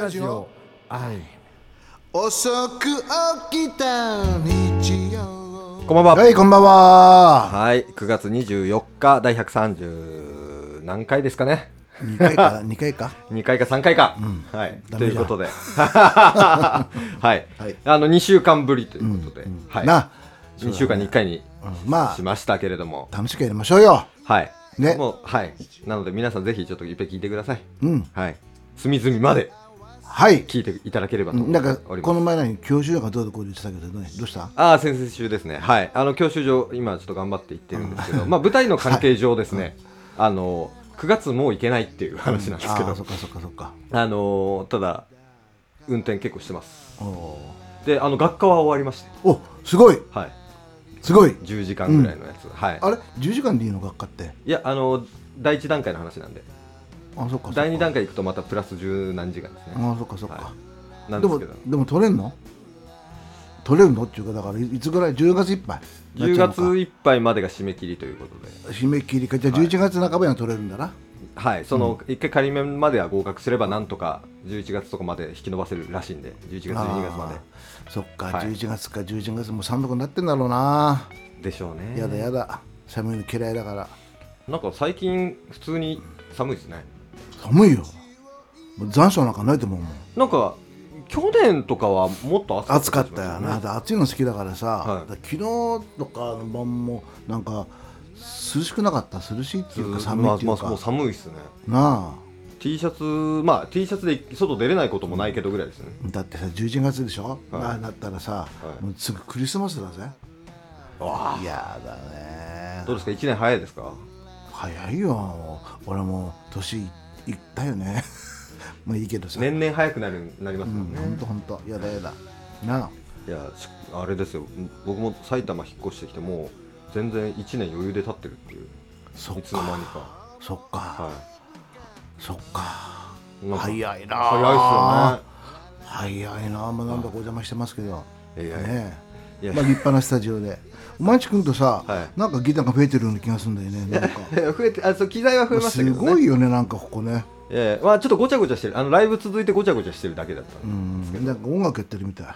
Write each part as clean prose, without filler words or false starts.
ラジオ愛。 遅く起きた日曜。 こんばんは。 はい、こんばんは。 はい、9月24日第130何回ですかね。 2回か2回か 2回か3回か、はい、ということではい、 はい、 2週間ぶりということで、はい、 な 2週間に1回にまあしましたけれども、 楽しくやりましょうよ。 はいね、 もうはいなので皆さんぜひちょっといっぺん聞いてください。はい、隅々まではい聞いていただければと思います。 なんかこの前に教習がどうこう言ってたけどね、どうした？ ああ、先々週ですね。はい、教習所今ちょっと頑張って行ってるんですけど、まあ舞台の関係上ですね、9月もう行けないっていう話なんですけど、 そっかそっかそっか。 ただ運転結構してます。で学科は終わりまして、 お、すごい、 はい、 すごい 10時間ぐらいのやつ、はい。 あれ10時間でいいの学科って？ いや第1段階の話なんで、 あ、そっか。 第2段階行くとまたプラス10何時間ですね。 あ、そっかそっか、 はい、なんですけど、 でも取れんのっていうか、だからいつぐらい？10月いっぱい 10月いっぱいまでが締め切りということで、 締め切りか。じゃあ11月半ばには取れるんだな。 はい、その1回仮面までは合格すればなんとか11月とかまで引き延ばせるらしいんで、11月12月まで。 そっか、 はい、 11月か11月も寒くなってんだろうな。 でしょうね。 やだやだ、寒いの嫌いだから。 なんか最近普通に寒いですね。 寒いよ、もう残暑なんかないと思うもん。 なんか去年とかはもっと暑かったよな。暑いの好きだからさ、 はい、 だ昨日とかの晩もなんか涼しくなかった？涼しいっていうか寒いっていうか、 もう寒いっすね。 なあ、 T シャツ、T シャツで外出れないこともないけどぐらいですね。 だってさ11月でしょ、 はい、 だったらさ、 はい、 もうすぐクリスマスだぜ。 わいやだね。 どうですか、1年早いですか？ 早いよ、俺も年いったよねもういいけどさ、 年々早くなりますもんね。 ほんとやだやだなあ。 いやあれですよ、僕も埼玉引っ越してきてもう全然1年余裕で経ってるっていう。 そっか、 いつの間にか。 そっか、 はい、 そっか、 なんか早いな。 早いっすよね。 早いな。まあ、なんだかお邪魔してますけど、ねえ、 まあ、立派なスタジオでおまんちくんとさ、 はい、 なんかギターが増えてるような気がするんだよね。なんか増えて、そう機材は増えましたけどね。 すごいよね、なんかここね。 まあ、ちょっとごちゃごちゃしてる、ライブ続いてごちゃごちゃしてるだけだったんですけど、 なんか音楽やってるみたい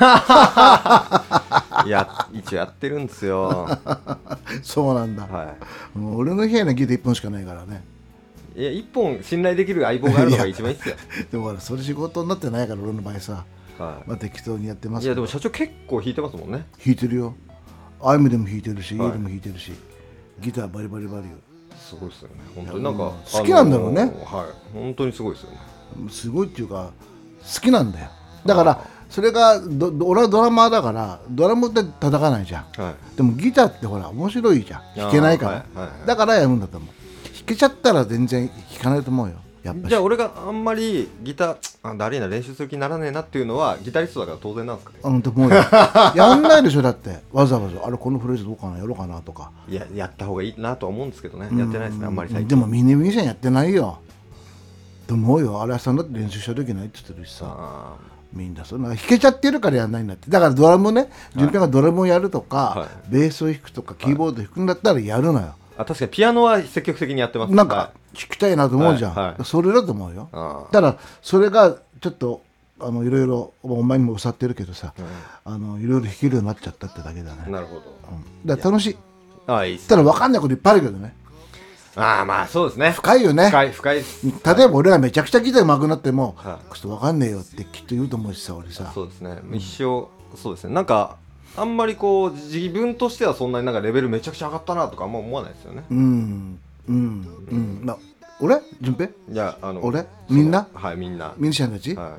いや一応やってるんですよそうなんだ、 はもう俺の部屋にギター1本しかないからね。 い、いや1本信頼できる相棒があるのが一番いいっすよでもほら、それ仕事になってないから俺の場合さ、 はい、 まあ、適当にやってますけど。 いやでも社長結構弾いてますもんね。 弾いてるよ、アイムでも弾いてるし、 はい、 イールも弾いてるし、ギターバリバリバリよ。 すごいですよね、本当に。なんか好きなんだろうね。 はい、本当にすごいですよね。 すごいっていうか好きなんだよ。だからそれが俺はドラマーだから、ドラムって叩かないじゃん、 はい、 でもギターってほら面白いじゃん、弾けないから、 はいはいはい、 だからやるんだと思う。弾けちゃったら全然弾かないと思うよ、やっぱり。 じゃあ俺があんまりギターだるいな、練習する気にならねえなっていうのはギタリストだから当然なんですかね。 と思うよやんないでしょ、だってわざわざこのフレーズどうかな、やろうかなとか。 いや、やった方がいいなとは思うんですけどね、やってないですね、あんまり最近。 でもミニミニさんやってないよと思うよ。荒井さんだって練習した時ないって言ってるしさ、みんなそんな弾けちゃってるからやんないんだって。だからドラムね、順平がドラムをやるとか、 はい、 ベースを弾くとかキーボード弾くんだったらやるのよ。 確かにピアノは積極的にやってます。 なんか弾きたいなと思うじゃん、 はいはい、 それだと思うよ。ただそれがちょっといろいろお前にも教わってるけどさ、いろいろ弾けるようになっちゃったってだけだね。 なるほど、 だから楽しい。 いいっす。 ただ分かんないこといっぱいあるけどね。 まあそうですね、 深いよね。 深い例えば俺がめちゃくちゃギター上手くなっても、ちょっと分かんねえよってきっと言うと思うしさ、俺さ。 そうですね、一生そうですね。なんかあんまりこう自分としてはそんなになんかレベルめちゃくちゃ上がったなとかあんま思わないですよね。 俺順平、 いや俺みんな、 はい、みんなミュージシャンたち、 はい、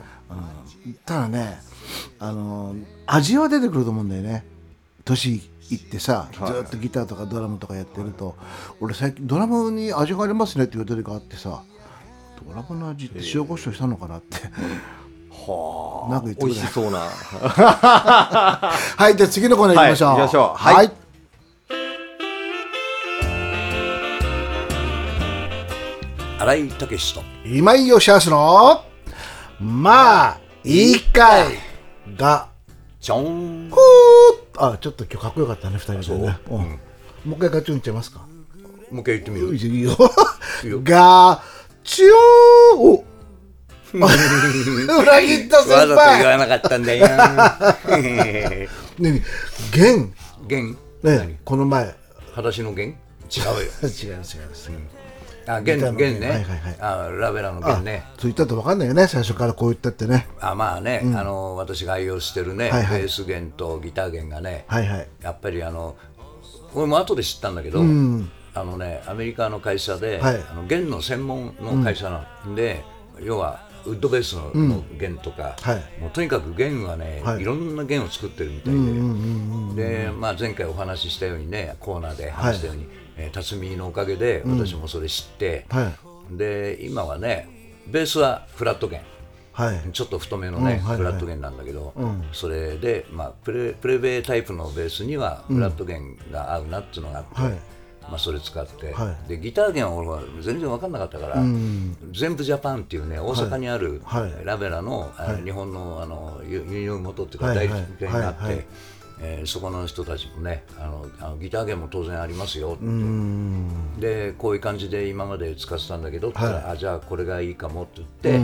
ただね、味は出てくると思うんだよね。年いってさ、ずっとギターとかドラムとかやってると、俺最近ドラムに味がありますねって言われた時があってさ、ドラムの味って塩コショウしたのかなってはあ、 なんか言ってくれ。 美味しそうなはい、じゃあ次のコーナー行きましょう。 行きましょう。 はい、 新井武史と今井義康のまあいいかいがちょん。 ちょっと今日かっこよかったね、2人でね。もう一回ガチュンいっちゃいますか。 もう一回言ってみる。 いいよガチューン。 裏切った先わざと言輩。 わなかったんだよ。 ねえ弦弦、 ね、この前裸足の弦違うよ。 違います。 あ、 ギターの弦ね、 はいはいあ、ラベラの弦ね。 そう言ったって分かんないよね、最初からこう言ったってね。 あ、まあね、私が愛用してるね、 はいはいベース弦とギター弦がね、 はいはい。 やっぱり俺も後で知ったんだけど、アメリカの会社で、 はい弦の専門の会社なんで、要はウッドベースの弦とか、 はいもうとにかく弦はね、 はいいろんな弦を作ってるみたいで、まあ、前回お話ししたようにね、コーナーで話したように、辰巳のおかげで私もそれ知って、 はいで今はね、ベースはフラット弦、 はいちょっと太めのね、 はいはいフラット弦なんだけど、それで、まあ、プレベタイプのベースにはフラット弦が合うなっていうのがあって、 はいまあ、それ使って、 はでギター弦は俺は全然分かんなかったから、全部ジャパンっていうね、大阪にある、 はいラベラの、日本の輸入元っていうかはい代理店があって、 はいはいそこの人たちもね、ギター弦も当然ありますよって、でこういう感じで今まで使ってたんだけどって言ったら、あ、じゃあこれがいいかもって言って、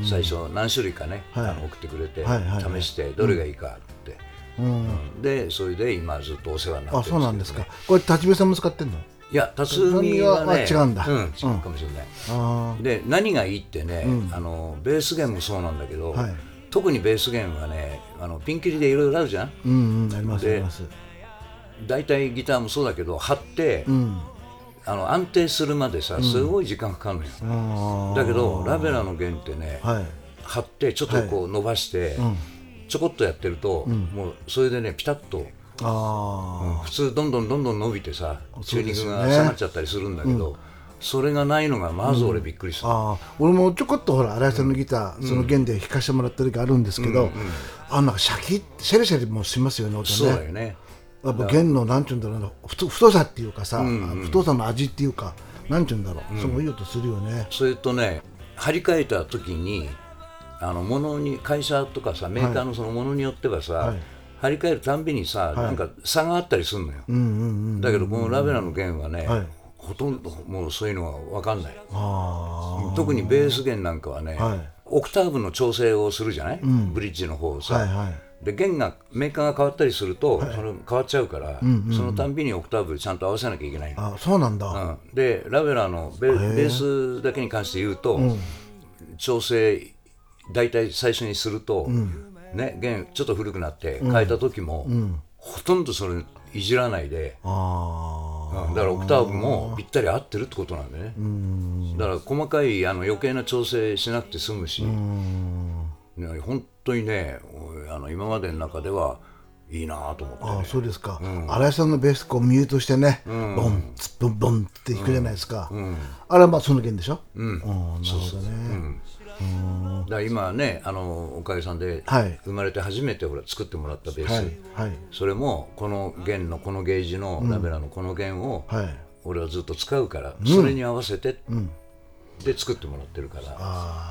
最初何種類かね、送ってくれて、 はいはいはい試してどれがいいかって、でそれで今ずっとお世話になってるんですけどね。 あ、そうなんですか。これ立部さんも使ってんの？ いや、辰巳はね、 違うんだ。 違うかもしれない。 あで何がいいってね、ベース弦もそうなんだけど、 はい特にベース弦はね、ピンキリでいろいろあるじゃん。 あ、ありますあります。 大体ギターもそうだけど、張って、安定するまでさ、すごい時間かかるのよ。だけどラベラの弦ってね、 はい張ってちょっとこう伸ばして、ちょこっとやってると、もうそれでねピタッと、 あ普通どんどん伸びてさ、チューニングそうですよねが下がっちゃったりするんだけど、それがないのがまず俺びっくりする。 俺もちょこっとほら新井さんのギター、その弦で弾かせてもらった時あるんですけど、なんかシャリシャリもしますよね、音ね。 そうだよね。 やっぱ弦のなんていうんだろうな、太さっていうかさ、太さの味っていうか、なんていうんだろう、すごいいい音するよね。 それとね、張り替えた時に物に会社とかさ、メーカーのそのものによってはさ、張り替えるたんびにさ、なんか差があったりするのよ。だけどこのラベラの弦はね、ほとんどもうそういうのは分かんない。特にベース弦なんかはね、オクターブの調整をするじゃない、ブリッジの方をさ、で弦がメーカーが変わったりすると、それ変わっちゃうから、そのたんびにオクターブちゃんと合わせなきゃいけないの。 そうなんだ。 でラベラのベースだけに関して言うと、調整大体最初にすると、ね、弦ちょっと古くなって変えた時も、ほとんどそれいじらないで、だからオクターブもぴったり合ってるってことなんでね。だから細かい余計な調整しなくて済むし、ね、本当にね、今までの中ではいいなと思ってね。 そうですか。新井さんのベースこうミュートしてね、ボンツッボンボンって弾くじゃないですか。あれはまあその弦でしょ。なるほどね。 だから今ね、おかげさんで生まれて初めてほら作ってもらったベース、それもこの弦のこのゲージのラベラのこの弦を俺はずっと使うから、それに合わせてで作ってもらってるから。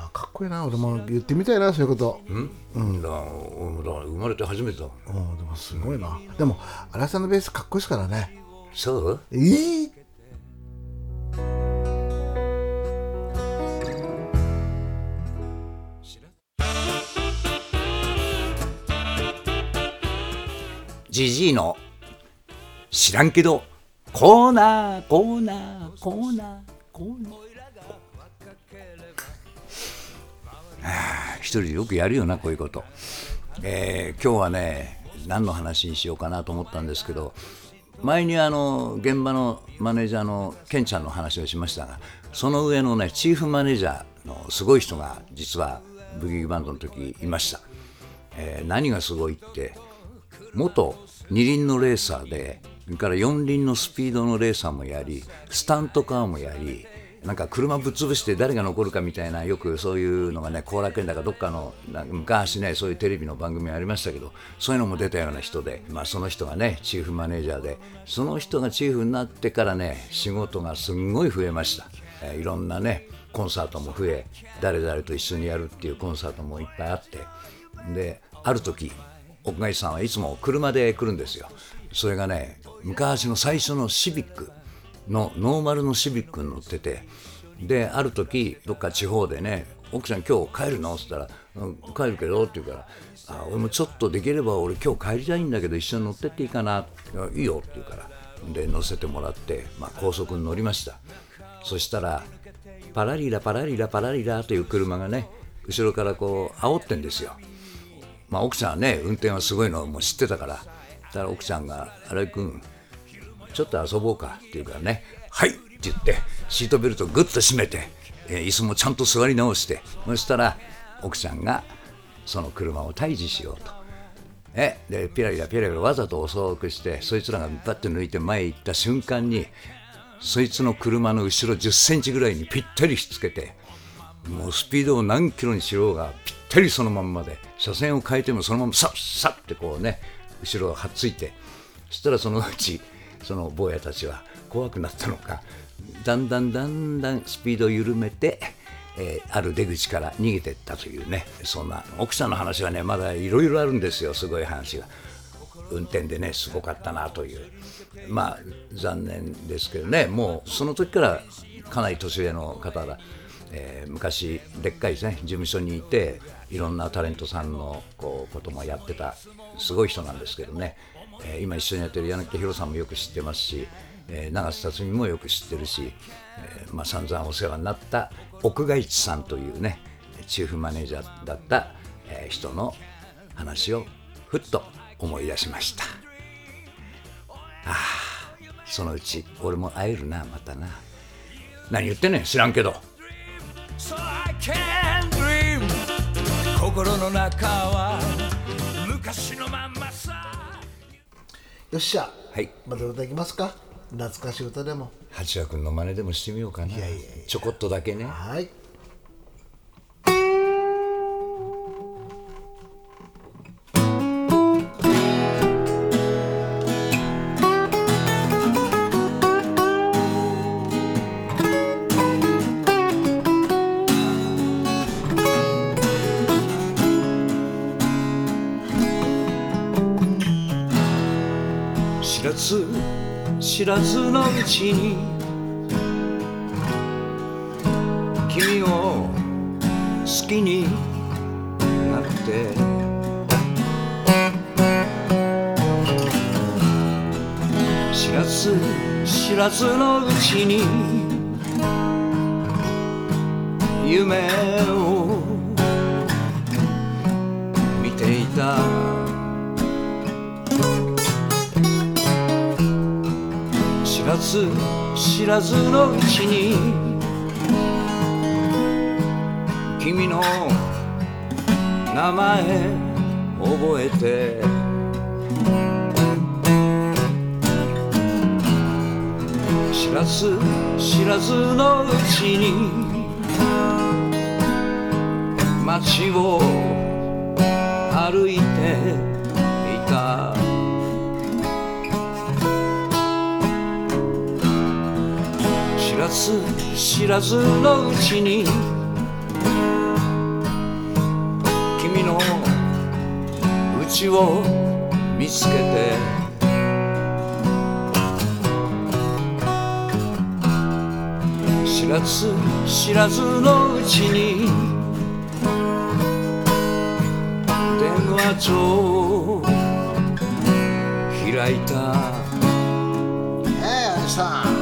かっこいいな。俺も言ってみたいな、そういうこと。 だから生まれて初めてだもん。 でもすごいな。でも新井さんのベースかっこいいですからね。 そう？ジジイの知らんけどコーナー。一人でよくやるよな、こういうこと。今日はね、何の話にしようかなと思ったんですけど、前に現場のマネージャーのケンちゃんの話をしましたが、その上のね、チーフマネージャーのすごい人が実はブギーバンドの時いました。何がすごいって、元二輪のレーサーで、それから四輪のスピードのレーサーもやり、スタントカーもやり、なんか車ぶっ潰して誰が残るかみたいな、よくそういうのがね、後楽園だかどっかの昔ね、そういうテレビの番組ありましたけど、そういうのも出たような人で、その人がねチーフマネージャーで、その人がチーフになってからね、仕事がすんごい増えました。いろんなねコンサートも増え、誰々と一緒にやるっていうコンサートもいっぱいあって、である時奥貝さんはいつも車で来るんですよ。それがね、昔の最初のシビックのノーマルのシビックに乗ってて、である時どっか地方でね、 奥さん今日帰るのって言ったら、帰るけどって言うから、俺もちょっとできれば俺今日帰りたいんだけど一緒に乗ってっていいかな。いいよって言うからで乗せてもらって、高速に乗りました。そしたらパラリラパラリラパラリラという車がね後ろからこう煽ってんですよ。奥さんはね運転はすごいのをもう知ってたから、だから奥さんが新井君ちょっと遊ぼうかって言うからね、はいって言ってシートベルトをグッと締めて、椅子もちゃんと座り直して、そしたら奥さんがその車を退治しようと。でピラピラピラピラわざと遅くして、そいつらがバッて抜いて前行った瞬間にそいつの車の後ろ10センチぐらいにぴったりひっつけて、もうスピードを何キロにしようがぴったりそのまんまで、車線を変えてもそのままサッサッってこうね後ろがはっついて、そしたらそのうちその坊やたちは怖くなったのかだんだんスピードを緩めて、ある出口から逃げていったというね、そんな奥さんの話はねまだいろいろあるんですよ。すごい話が、運転でねすごかったなという。残念ですけどね、もうその時からかなり年上の方が、昔でっかいですね事務所にいていろんなタレントさんのこともやってたすごい人なんですけどね、今一緒にやってる柳田博さんもよく知ってますし、長瀬辰巳もよく知ってるし、散々お世話になった奥賀一さんというねチーフマネージャーだった、人の話をふっと思い出しました。そのうち俺も会えるな、またな。何言ってんねん知らんけど。 So I can dream 心の中は昔のまんまさ。 よっしゃ、 はい、 また歌いきますか。懐かしい歌でも。 八谷君の真似でもしてみようかな。ちょこっとだけね。 はい。 知らずのうちに君を好きになって、知らずのうちに夢を見ていた。知らずのうちに君の名前覚えて、知らずのうちに街を歩いていた。知らずのうちに君の家を見つけて、知らずのうちに電話帳開いた。 あれさん。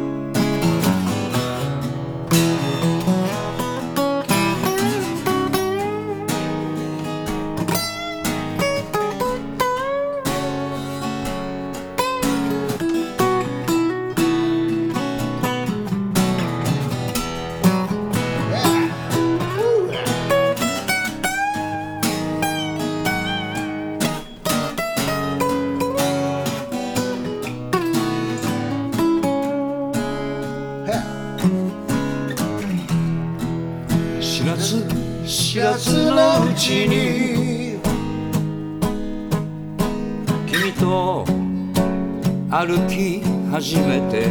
知らずのうちに君と歩き始めて、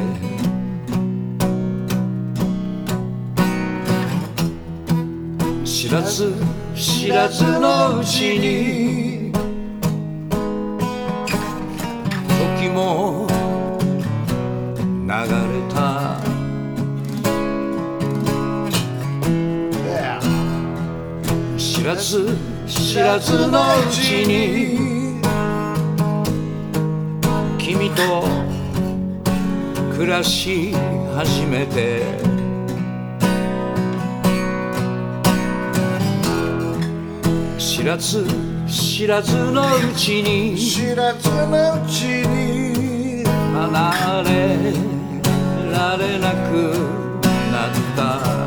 知らずのうちに時も流れた。 らず知らずのうちに君と暮らし始めて知らず知らずのうちに知らずのうちに離れられなくなった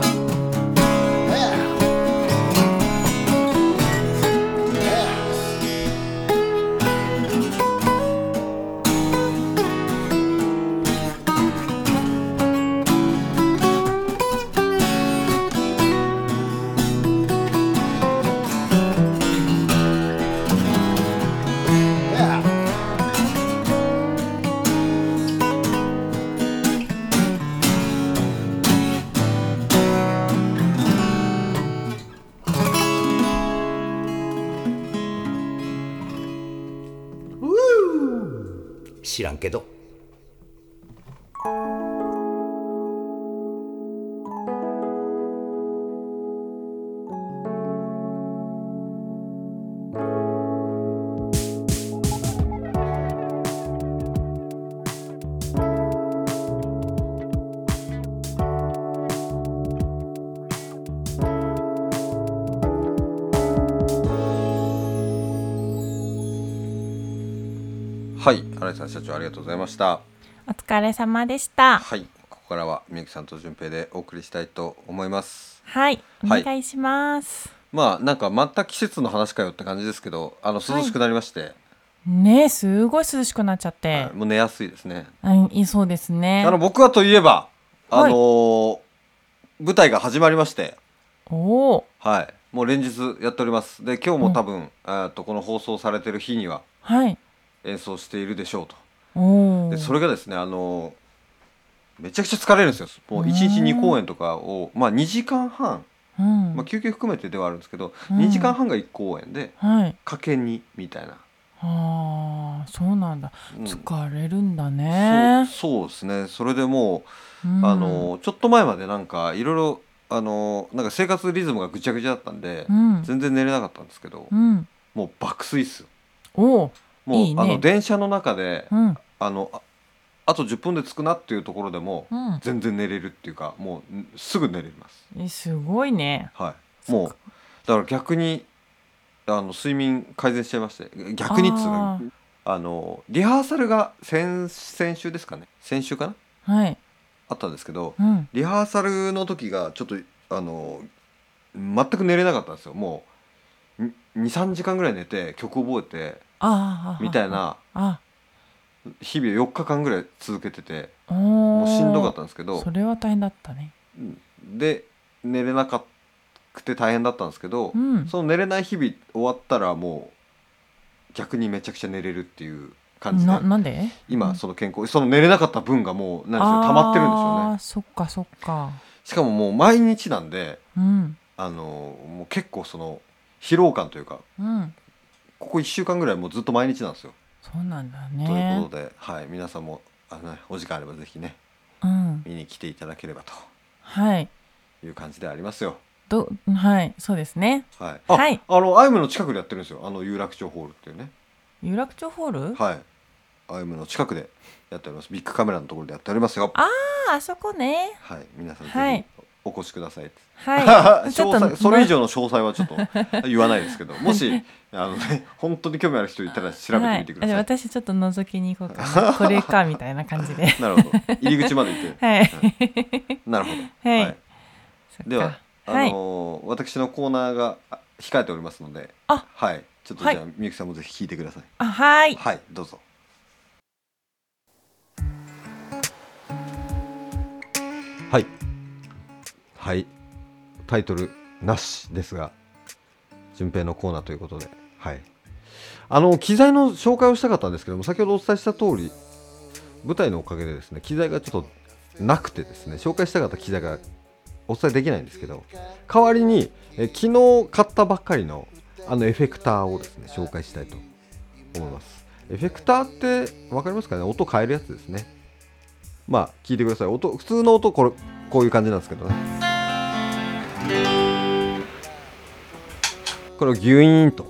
知らんけどはい、新井さん社長ありがとうございました。 お疲れ様でした。 はい、ここからはみゆきさんと順平でお送りしたいと思います。 はい、お願いします。 まあなんかまた季節の話かよって感じですけど、涼しくなりまして、 ねえ、すごい涼しくなっちゃって、 もう寝やすいですね。 そうですね。 僕はといえば舞台が始まりまして、 はい、 もう連日やっております。で今日も多分、この放送されてる日には、演奏しているでしょうと。でそれがですねめちゃくちゃ疲れるんですよ。もう1日2公演とかを、2時間半、休憩含めてではあるんですけど、2時間半が1公演で、かけ2みたいな。 そうなんだ、疲れるんだね。 そうですね。それでもう、ちょっと前までなんかいろいろなんか生活リズムがぐちゃぐちゃだったんで、全然寝れなかったんですけど、もう爆睡っすよ。もういいね、電車の中で、あと10分で着くなっていうところでも、全然寝れるっていうか、もうすぐ寝れます。 すごいね。 もうだから逆に睡眠改善しちゃいまして、逆にっつうかリハーサルが先週ですかね、先週かな、あったんですけど、リハーサルの時がちょっと全く寝れなかったんですよ。もう 2,3 時間ぐらい寝て曲覚えてみたいな日々を4日間ぐらい続けてて、もうしんどかったんですけど、 それは大変だったね。 で寝れなくて大変だったんですけど、その寝れない日々終わったらもう逆にめちゃくちゃ寝れるっていう感じで、 なんで今その健康、その寝れなかった分がもう溜まってるんですよね。 そっかそっか。 しかももう毎日なんで、もう結構その疲労感というか、ここ1週間ぐらいもうずっと毎日なんですよ。 そうなんだね。 ということで、皆さんもお時間あればぜひね、見に来ていただければという感じでありますよ。 そうですね。 アイムの近くでやってるんですよ。有楽町ホールっていうね。 有楽町ホール？ アイムの近くでやっております。ビッグカメラのところでやっておりますよ。 あそこね。 皆さんぜひお越しください。 ちょっとそれ以上の詳細はちょっと言わないですけど、もし本当に興味ある人いたら調べてみてください。 私ちょっと覗きに行こうかな。これかみたいな感じで。 なるほど。入り口まで行って。なるほど。では私のコーナーが控えておりますので、ちょっとじゃあみゆきさんもぜひ聞いてください。はいどうぞ。タイトルなしですが、順平のコーナーということで、機材の紹介をしたかったんですけども、先ほどお伝えした通り舞台のおかげでですね、機材がちょっとなくてですね、紹介したかった機材がお伝えできないんですけど、代わりに昨日買ったばっかりのエフェクターをですね紹介したいと思います。エフェクターって分かりますかね。音変えるやつですね。聞いてください。普通の音こういう感じなんですけどね。 これをギュイーンと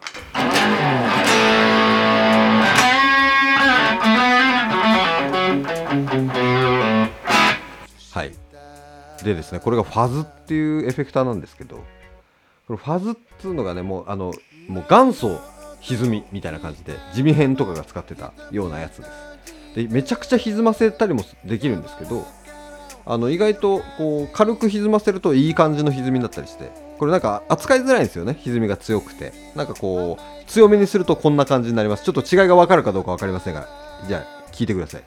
はいでですね、これがファズっていうエフェクターなんですけど、これファズっていうのがね、もう元祖歪みみたいな感じで地味編とかが使ってたようなやつです。でめちゃくちゃ歪ませたりもできるんですけど、意外とこう軽く歪ませるといい感じの歪みになったりして、これなんか扱いづらいんですよね。歪みが強くて、なんかこう強めにするとこんな感じになります。ちょっと違いが分かるかどうか分かりませんが、じゃあ聞いてください。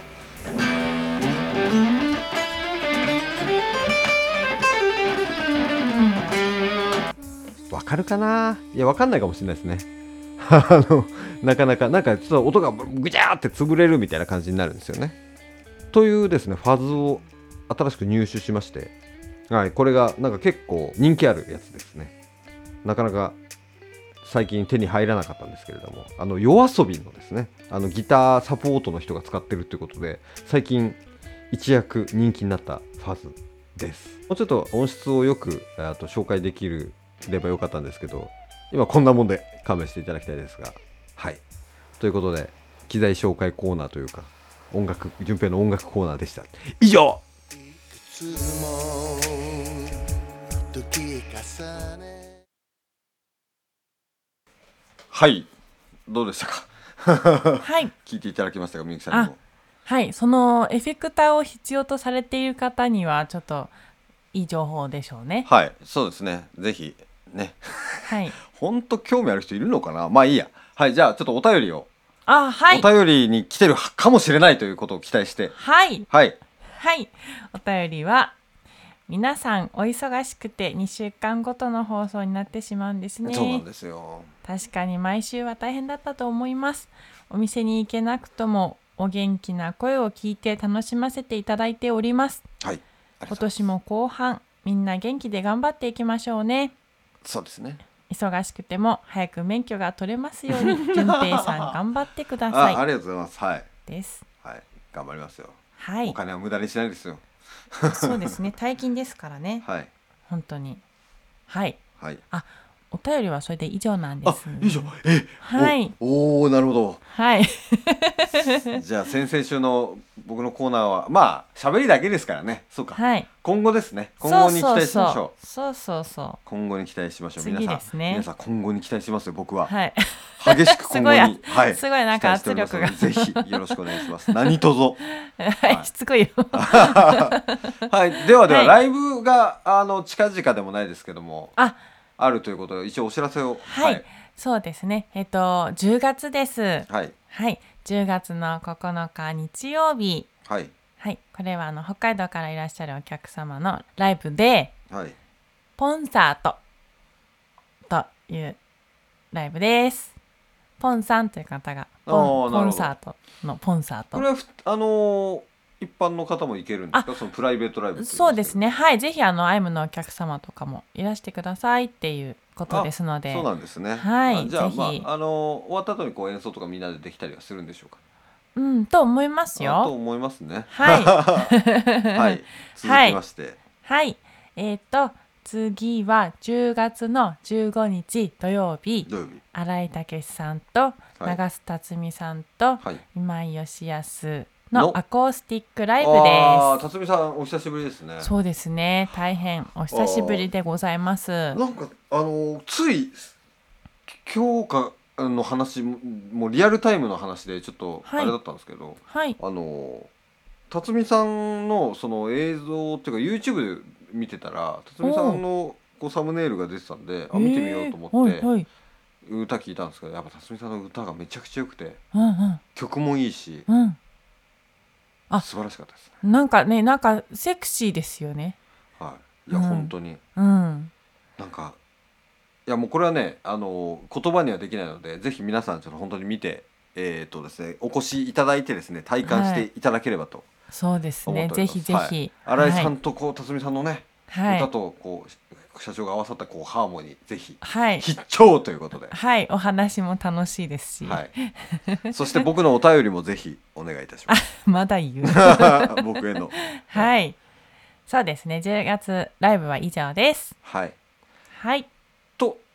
分かるかな。いや分かんないかもしれないですね。なかなかなんかちょっと音がぐちゃーって潰れるみたいな感じになるんですよね。というですねファズを新しく入手しまして、はい、これがなんか結構人気あるやつですね。なかなか最近手に入らなかったんですけれども、夜遊びのですねギターサポートの人が使ってるということで、最近一躍人気になったファズです。もうちょっと音質をよく紹介できればよかったんですけど、今こんなもんで勘弁していただきたいですが、はい、ということで機材紹介コーナーというか順平の音楽コーナーでした。以上。はい、どうでしたか。 はい、 聞いていただきましたか、みゆきさんにも。 はい、そのエフェクターを必要とされている方にはちょっといい情報でしょうね。 はい、そうですね、ぜひね。 はい。 本当興味ある人いるのかな。まあいいや。はい、じゃあちょっとお便りを、 はい、 お便りに来てるかもしれないということを期待して、 はいはいはい、お便りは皆さんお忙しくて2週間ごとの放送になってしまうんですね。 そうなんですよ。 確かに毎週は大変だったと思います。お店に行けなくともお元気な声を聞いて楽しませていただいております。 はい、 今年も後半みんな元気で頑張っていきましょうね。 そうですね。 忙しくても早く免許が取れますように順平さん頑張ってください。 ありがとうございます。はいです。 はい、頑張りますよ。 はい、 お金は無駄にしないですよ。 そうですね、大金ですからね。 はい本当に。はいはい。 お便りはそれで以上なんです。 以上。 はい。 おなるほど。 はい。 じゃあ先々週の僕のコーナーはまあ喋りだけですからね。そうか。 はい。 今後ですね。今後に期待しましょう。 そう。 今後に期待しましょう。 次ですね。 皆さん今後に期待しますよ。僕は。 はい。 激しく今後にすごいなんか圧力が。 ぜひよろしくお願いします。何卒。 はい。しつこいよ。 はい。ではライブが近々でもないですけども。あるということで一応お知らせを。 はい。そうですね。10月です。 はい。 はい。10月の9日日曜日。 はい。 はい。これは北海道からいらっしゃるお客様のライブで、 はい。 ポンサートというライブです。ポンさんという方がポンサートのポンサート。 これは一般の方も行けるんですか。そのプライベートライブ。 そうですね。はい。ぜひアイムのお客様とかもいらしてくださいっていうことですので。 そうなんですね。 はい。 じゃあ、 ぜひ終わった後に演奏とかみんなでできたりはするんでしょうか。 と思いますよ。 と思いますね。 はい。 はい。続きまして。 はい。次は10月の15日土曜日。新井武さんと長須辰巳さんと今井義康のアコースティックライブです。 辰巳さんお久しぶりですね。 そうですね。大変お久しぶりでございます。 なんかつい今日かの話もリアルタイムの話でちょっとあれだったんですけど、 はい、 辰巳さんのその映像っていうか YouTube で見てたら辰巳さんのサムネイルが出てたんで、見てみようと思って、歌聞いたんですけど、やっぱ辰巳さんの歌がめちゃくちゃ良くて、曲もいいし、素晴らしかったですね。 なんかセクシーですよね。 はい。いや、本当に。なんかいやもうこれはね言葉にはできないので、ぜひ皆さんちょっと本当に見てですね、お越しいただいてですね、体感していただければと、 そうですね。ぜひぜひ、 新井さんと辰巳さんのね、歌と社長が合わさったハーモニー、ぜひ必聴ということで、 はい、お話も楽しいですし、 そして僕のお便りもぜひお願いいたします。 まだ言う僕への。 はい、そうですね。10月ライブは以上です。 はい。 はい。 と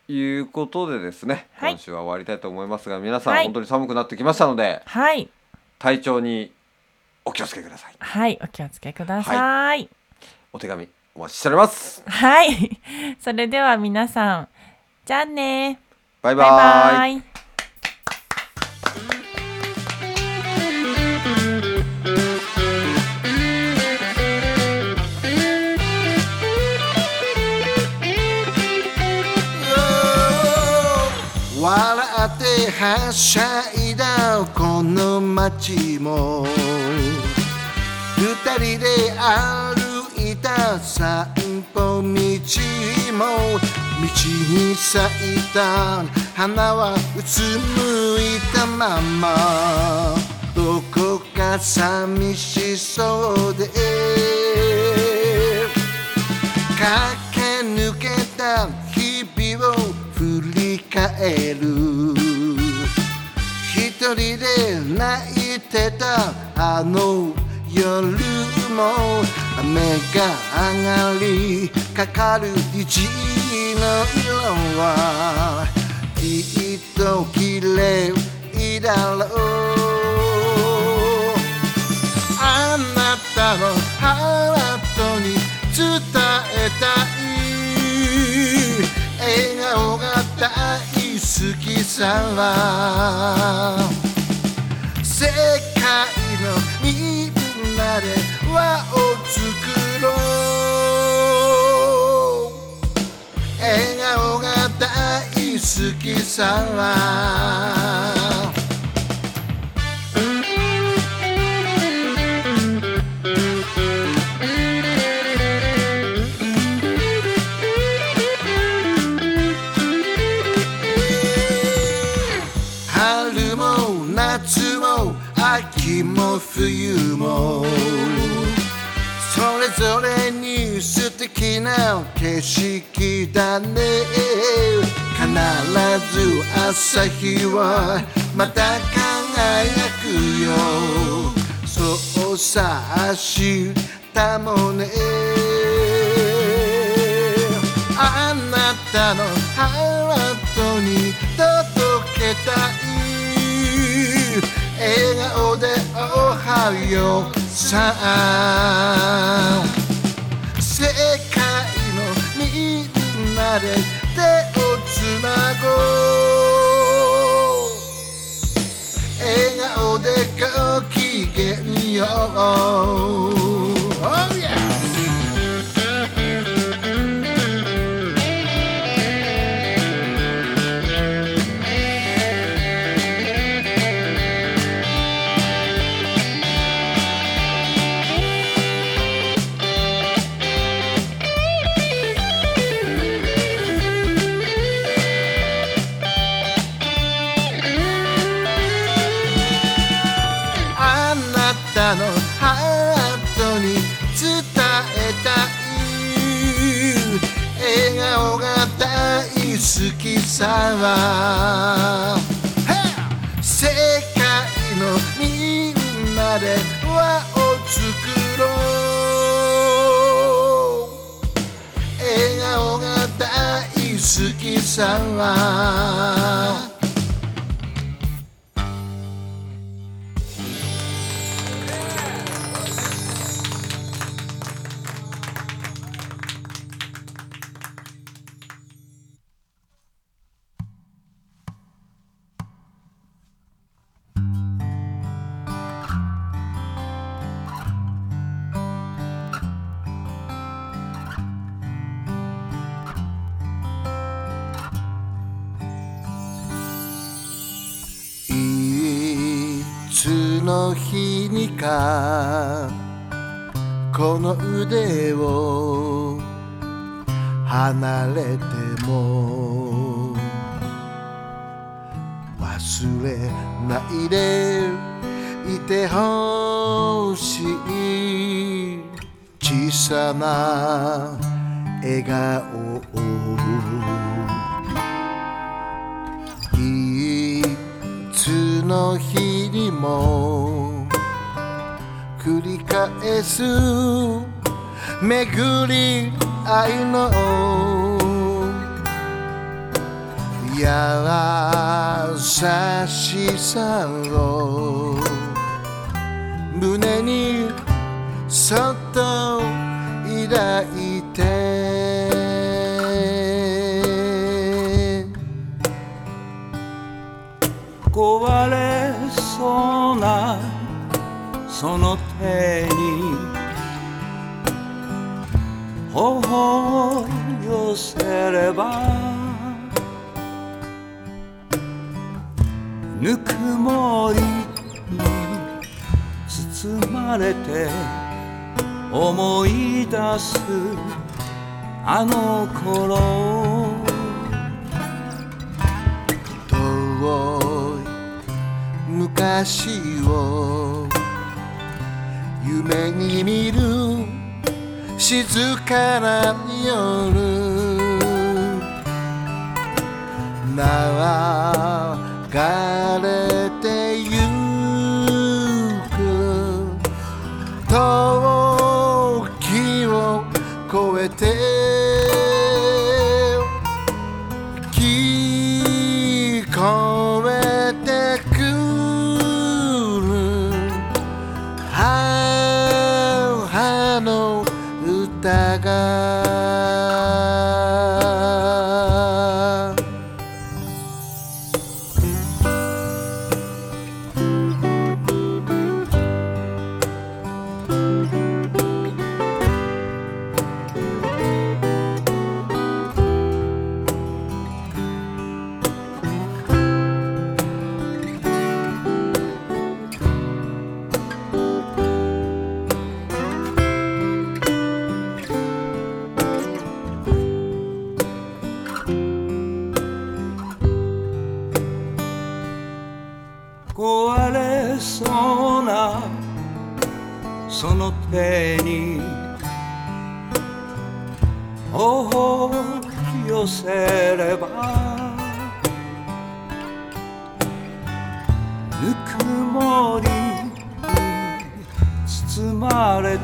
いうことでですね、 はい、 今週は終わりたいと思いますが、皆さん、 はい、 本当に寒くなってきましたので、 はい、 体調にお気をつけください。 はい、お気をつけください。 お手紙お待ちしております。 はい、それでは皆さん、じゃあね。 バイバイバイ。 バイ。 笑ってはしゃいだこの街も二人で歩いた散歩道も道に咲いた花はうつむいたままどこか寂しそうで駆け抜けた日々を振り返る一人で泣いてたあの夜も雨が上がりかかる虹の色はきっと綺麗だろうあなたのハートに伝えたい笑顔が大好きさ世界のみんなで輪を作ろう笑顔が大好きさ春も夏も秋も冬もそれぞれに素敵な景色だね必ず朝日はまた輝くよそうさ明日もねあなたのハートに届けたい笑顔でおはようさ世界のみんなで手をつなごう笑顔でごきげんようOh yeah! あなたのハートに伝えたい笑顔が大好きさ世界のみんなで輪を作ろう笑顔が大好きさいつの日にかこの腕を離れても忘れないでいてほしい小さな笑顔をいつの日にも繰り返す巡り合いの優しさを胸にそっと抱いて壊れそうなその手に頬を寄せればぬくもりに包まれて思い出すあの頃遠い昔を夢に見る静かな夜流れてゆく時を越えて聞こえてくる母の歌が壊れそうなその手に頬を寄せればぬくもりに包まれて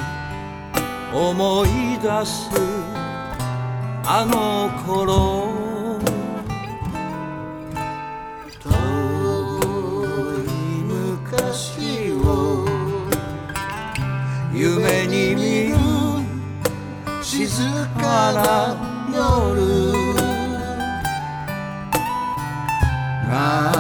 思い出すあの頃夢に見る静かな夜